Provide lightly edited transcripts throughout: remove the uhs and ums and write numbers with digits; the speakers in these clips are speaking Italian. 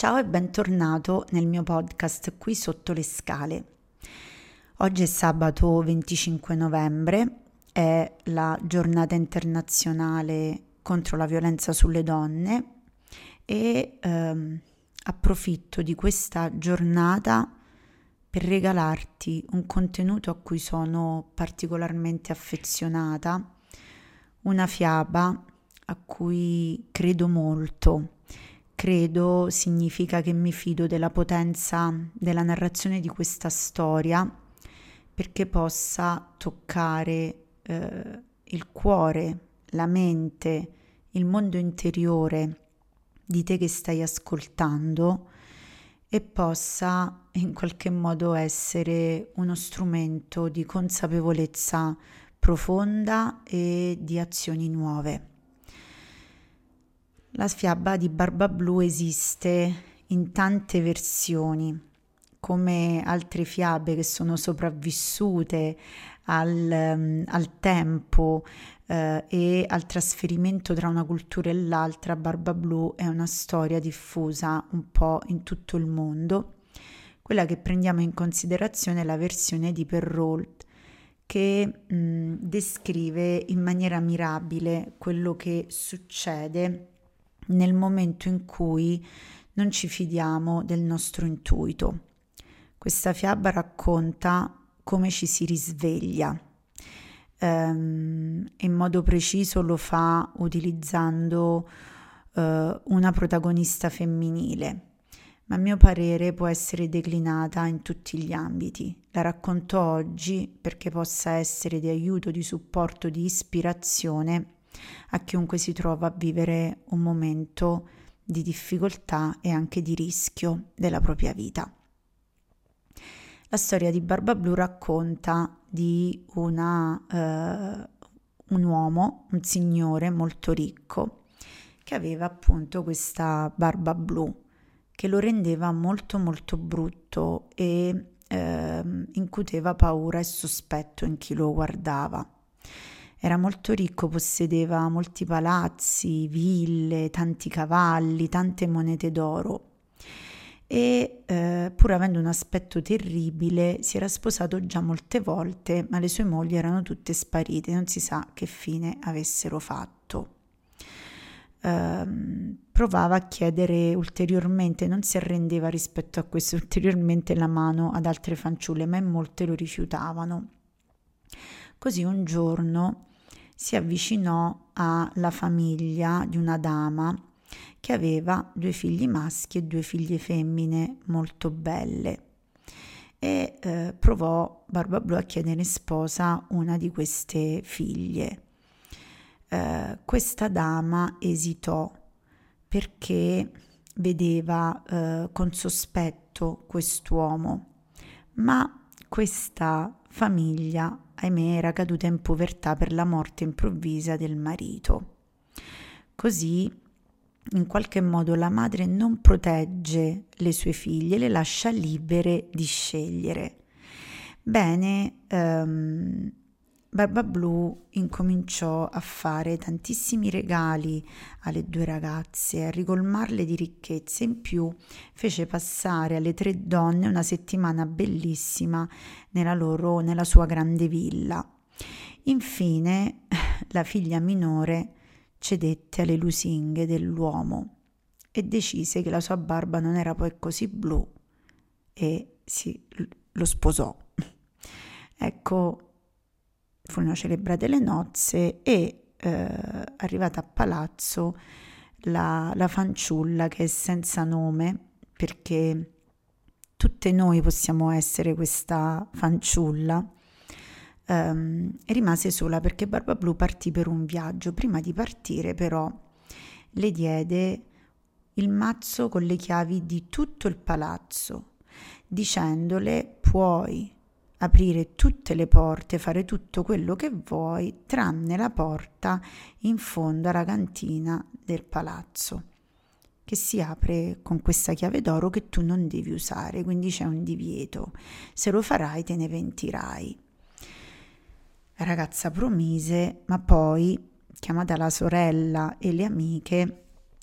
Ciao e bentornato nel mio podcast qui sotto le scale. Oggi è sabato 25 novembre, è la giornata internazionale contro la violenza sulle donne e approfitto di questa giornata per regalarti un contenuto a cui sono particolarmente affezionata, una fiaba a cui credo molto. Credo significa che mi fido della potenza della narrazione di questa storia perché possa toccare il cuore, la mente, il mondo interiore di te che stai ascoltando e possa in qualche modo essere uno strumento di consapevolezza profonda e di azioni nuove. La fiaba di Barbablù esiste in tante versioni, come altre fiabe che sono sopravvissute al tempo e al trasferimento tra una cultura e l'altra. Barbablù è una storia diffusa un po' in tutto il mondo. Quella che prendiamo in considerazione è la versione di Perrault, che descrive in maniera mirabile quello che succede nel momento in cui non ci fidiamo del nostro intuito. Questa fiaba racconta come ci si risveglia. In modo preciso lo fa utilizzando una protagonista femminile, ma a mio parere può essere declinata in tutti gli ambiti. La racconto oggi perché possa essere di aiuto, di supporto, di ispirazione a chiunque si trova a vivere un momento di difficoltà e anche di rischio della propria vita. La storia di Barbablù racconta di un uomo, un signore molto ricco, che aveva appunto questa barba blu che lo rendeva molto molto brutto e incuteva paura e sospetto in chi lo guardava. Era molto ricco, possedeva molti palazzi, ville, tanti cavalli, tante monete d'oro e pur avendo un aspetto terribile si era sposato già molte volte, ma le sue mogli erano tutte sparite, non si sa che fine avessero fatto. Provava a chiedere ulteriormente, non si arrendeva rispetto a questo, ulteriormente la mano ad altre fanciulle, ma in molte lo rifiutavano. Così un giorno si avvicinò alla famiglia di una dama che aveva 2 figli maschi e 2 figlie femmine molto belle e provò Barbablù a chiedere in sposa una di queste figlie. Questa dama esitò perché vedeva con sospetto quest'uomo, ma questa famiglia, ahimè, era caduta in povertà per la morte improvvisa del marito. Così, in qualche modo, la madre non protegge le sue figlie, le lascia libere di scegliere. Bene, Barbablù incominciò a fare tantissimi regali alle 2 ragazze, a ricolmarle di ricchezze. In più fece passare alle 3 donne una settimana bellissima nella sua grande villa. Infine la figlia minore cedette alle lusinghe dell'uomo e decise che la sua barba non era poi così blu e lo sposò. Ecco, furono celebrate le nozze e arrivata a palazzo la fanciulla, che è senza nome perché tutte noi possiamo essere questa fanciulla, rimase sola perché Barbablù partì per un viaggio. Prima di partire però le diede il mazzo con le chiavi di tutto il palazzo, dicendole: puoi aprire tutte le porte, fare tutto quello che vuoi, tranne la porta in fondo alla cantina del palazzo, che si apre con questa chiave d'oro che tu non devi usare, quindi c'è un divieto. Se lo farai te ne pentirai. La ragazza promise, ma poi, chiamata la sorella e le amiche,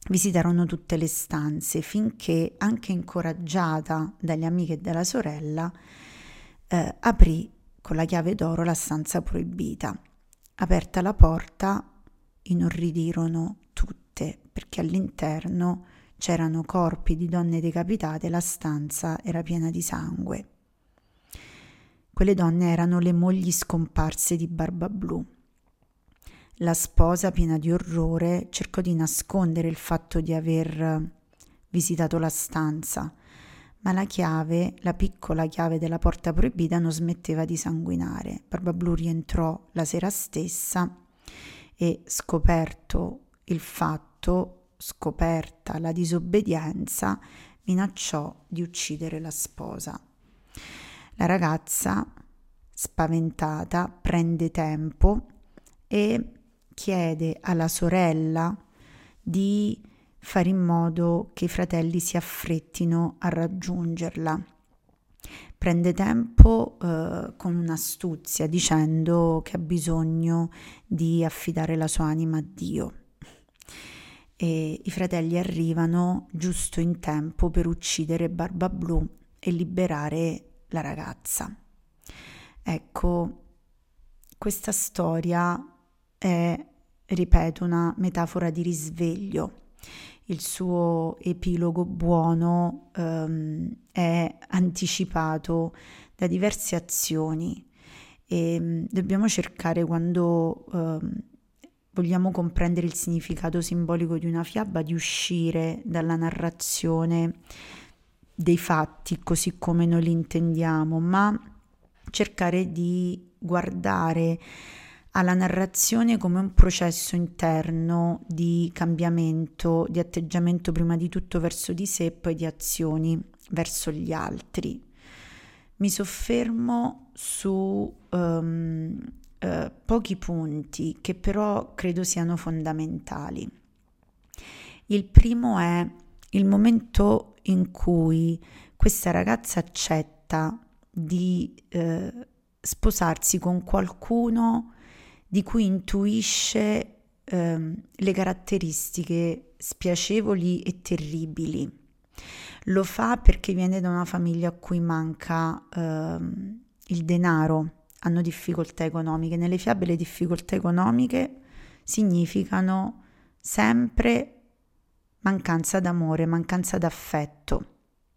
visitarono tutte le stanze finché, anche incoraggiata dalle amiche e dalla sorella, aprì con la chiave d'oro la stanza proibita. Aperta la porta, inorridirono tutte perché all'interno c'erano corpi di donne decapitate e la stanza era piena di sangue. Quelle donne erano le mogli scomparse di Barbablù. La sposa, piena di orrore, cercò di nascondere il fatto di aver visitato la stanza, ma la piccola chiave della porta proibita non smetteva di sanguinare. Barbablù rientrò la sera stessa e, scoperto il fatto, scoperta la disobbedienza, minacciò di uccidere la sposa. La ragazza, spaventata, prende tempo e chiede alla sorella di fare in modo che i fratelli si affrettino a raggiungerla. Prende tempo con un'astuzia, dicendo che ha bisogno di affidare la sua anima a Dio. E i fratelli arrivano giusto in tempo per uccidere Barbablù e liberare la ragazza. Ecco, questa storia è, ripeto, una metafora di risveglio. Il suo epilogo buono è anticipato da diverse azioni e dobbiamo cercare, quando vogliamo comprendere il significato simbolico di una fiaba, di uscire dalla narrazione dei fatti così come noi li intendiamo, ma cercare di guardare alla narrazione come un processo interno di cambiamento, di atteggiamento prima di tutto verso di sé e poi di azioni verso gli altri. Mi soffermo su pochi punti che però credo siano fondamentali. Il primo è il momento in cui questa ragazza accetta di sposarsi con qualcuno di cui intuisce le caratteristiche spiacevoli e terribili. Lo fa perché viene da una famiglia a cui manca il denaro, hanno difficoltà economiche. Nelle fiabe le difficoltà economiche significano sempre mancanza d'amore, mancanza d'affetto.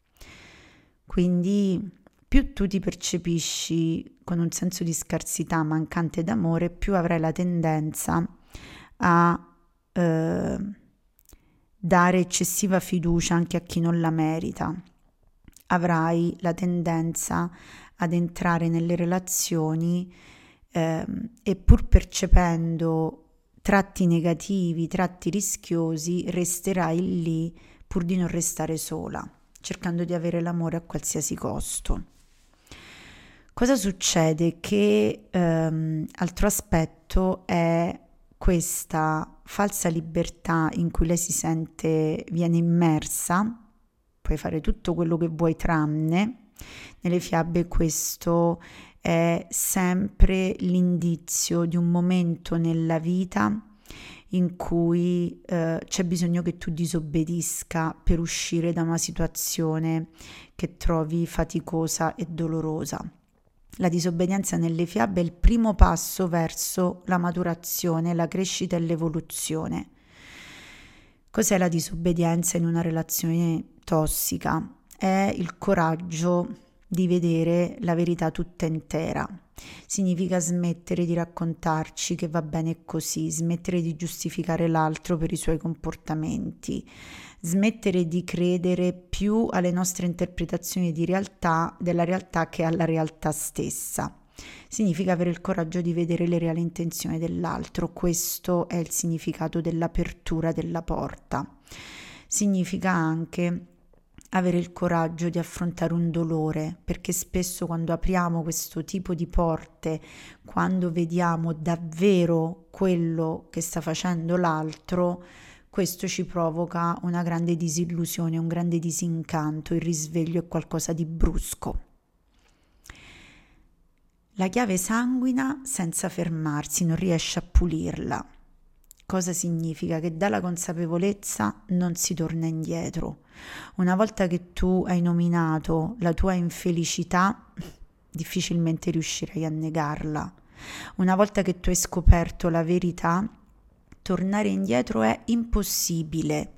Quindi più tu ti percepisci con un senso di scarsità, mancante d'amore, più avrai la tendenza a dare eccessiva fiducia anche a chi non la merita. Avrai la tendenza ad entrare nelle relazioni e pur percependo tratti negativi, tratti rischiosi, resterai lì pur di non restare sola, cercando di avere l'amore a qualsiasi costo. Cosa succede? Che altro aspetto è questa falsa libertà in cui lei si sente, viene immersa, puoi fare tutto quello che vuoi tranne. Nelle fiabe questo è sempre l'indizio di un momento nella vita in cui c'è bisogno che tu disobbedisca per uscire da una situazione che trovi faticosa e dolorosa. La disobbedienza nelle fiabe è il primo passo verso la maturazione, la crescita e l'evoluzione. Cos'è la disobbedienza in una relazione tossica? È il coraggio di vedere la verità tutta intera. Significa smettere di raccontarci che va bene così, smettere di giustificare l'altro per i suoi comportamenti, smettere di credere più alle nostre interpretazioni della realtà che alla realtà stessa. Significa avere il coraggio di vedere le reali intenzioni dell'altro. Questo è il significato dell'apertura della porta. Significa anche avere il coraggio di affrontare un dolore, perché spesso quando apriamo questo tipo di porte, quando vediamo davvero quello che sta facendo l'altro, questo ci provoca una grande disillusione, un grande disincanto, il risveglio è qualcosa di brusco. La chiave sanguina senza fermarsi, non riesce a pulirla. Cosa significa? Che dalla consapevolezza non si torna indietro. Una volta che tu hai nominato la tua infelicità, difficilmente riuscirai a negarla. Una volta che tu hai scoperto la verità, tornare indietro è impossibile.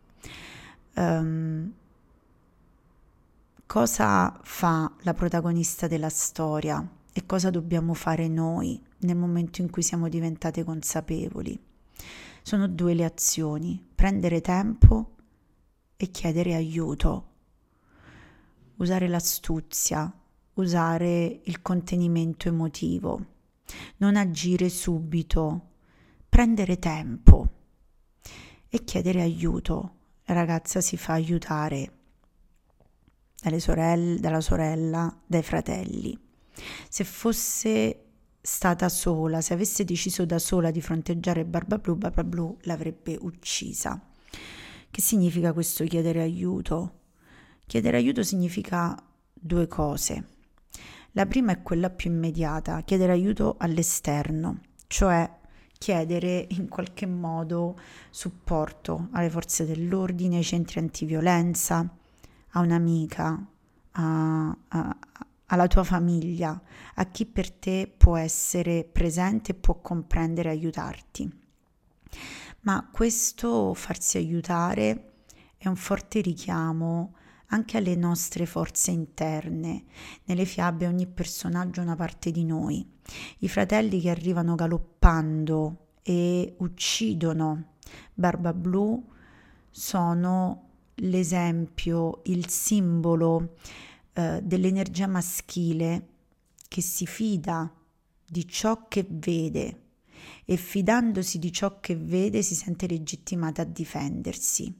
Cosa fa la protagonista della storia e cosa dobbiamo fare noi nel momento in cui siamo diventate consapevoli? Sono due le azioni: prendere tempo e chiedere aiuto, usare l'astuzia, usare il contenimento emotivo, non agire subito, prendere tempo e chiedere aiuto. La ragazza si fa aiutare dalla sorella, dai fratelli. Se fosse stata sola, se avesse deciso da sola di fronteggiare Barbablù l'avrebbe uccisa. Che significa questo chiedere aiuto? Chiedere aiuto significa due cose. La prima è quella più immediata, chiedere aiuto all'esterno, cioè chiedere in qualche modo supporto alle forze dell'ordine, ai centri antiviolenza, a un'amica, alla tua famiglia, a chi per te può essere presente, può comprendere e aiutarti. Ma questo farsi aiutare è un forte richiamo anche alle nostre forze interne. Nelle fiabe ogni personaggio è una parte di noi. I fratelli che arrivano galoppando e uccidono Barbablù sono l'esempio, il simbolo dell'energia maschile che si fida di ciò che vede e fidandosi di ciò che vede si sente legittimata a difendersi.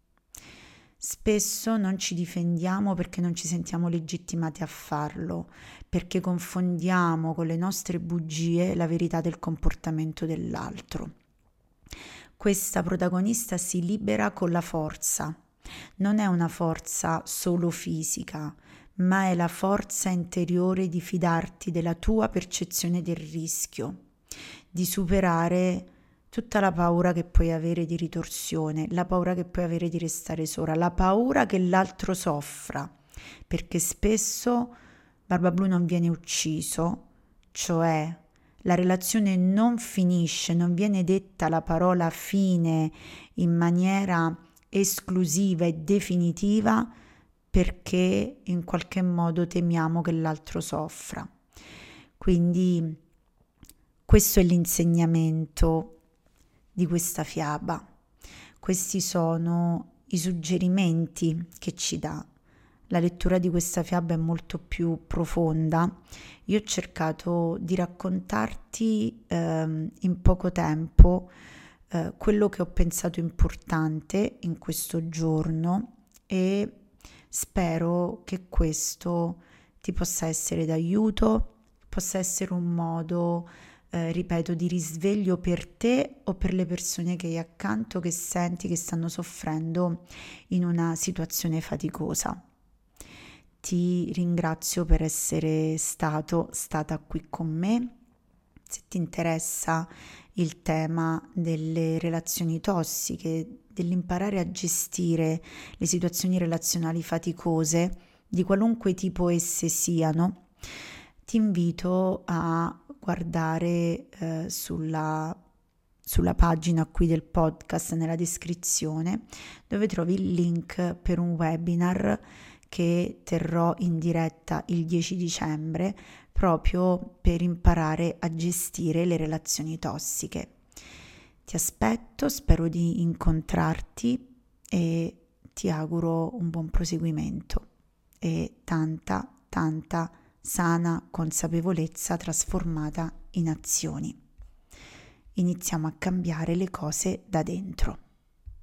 Spesso non ci difendiamo perché non ci sentiamo legittimati a farlo, perché confondiamo con le nostre bugie la verità del comportamento dell'altro. Questa protagonista si libera con la forza. Non è una forza solo fisica, ma è la forza interiore di fidarti della tua percezione del rischio, di superare tutta la paura che puoi avere di ritorsione, la paura che puoi avere di restare sola, la paura che l'altro soffra, perché spesso Barbablù non viene ucciso, cioè la relazione non finisce, non viene detta la parola fine in maniera esclusiva e definitiva perché in qualche modo temiamo che l'altro soffra. Quindi questo è l'insegnamento di questa fiaba. Questi sono i suggerimenti che ci dà. La lettura di questa fiaba è molto più profonda. Io ho cercato di raccontarti in poco tempo quello che ho pensato importante in questo giorno e spero che questo ti possa essere d'aiuto, possa essere un modo, ripeto, di risveglio per te o per le persone che hai accanto, che senti che stanno soffrendo in una situazione faticosa. Ti ringrazio per essere stata qui con me. Se ti interessa il tema delle relazioni tossiche, dell'imparare a gestire le situazioni relazionali faticose, di qualunque tipo esse siano, ti invito a guardare sulla pagina qui del podcast, nella descrizione, dove trovi il link per un webinar che terrò in diretta il 10 dicembre proprio per imparare a gestire le relazioni tossiche. Ti aspetto, spero di incontrarti e ti auguro un buon proseguimento e tanta sana consapevolezza trasformata in azioni. Iniziamo a cambiare le cose da dentro.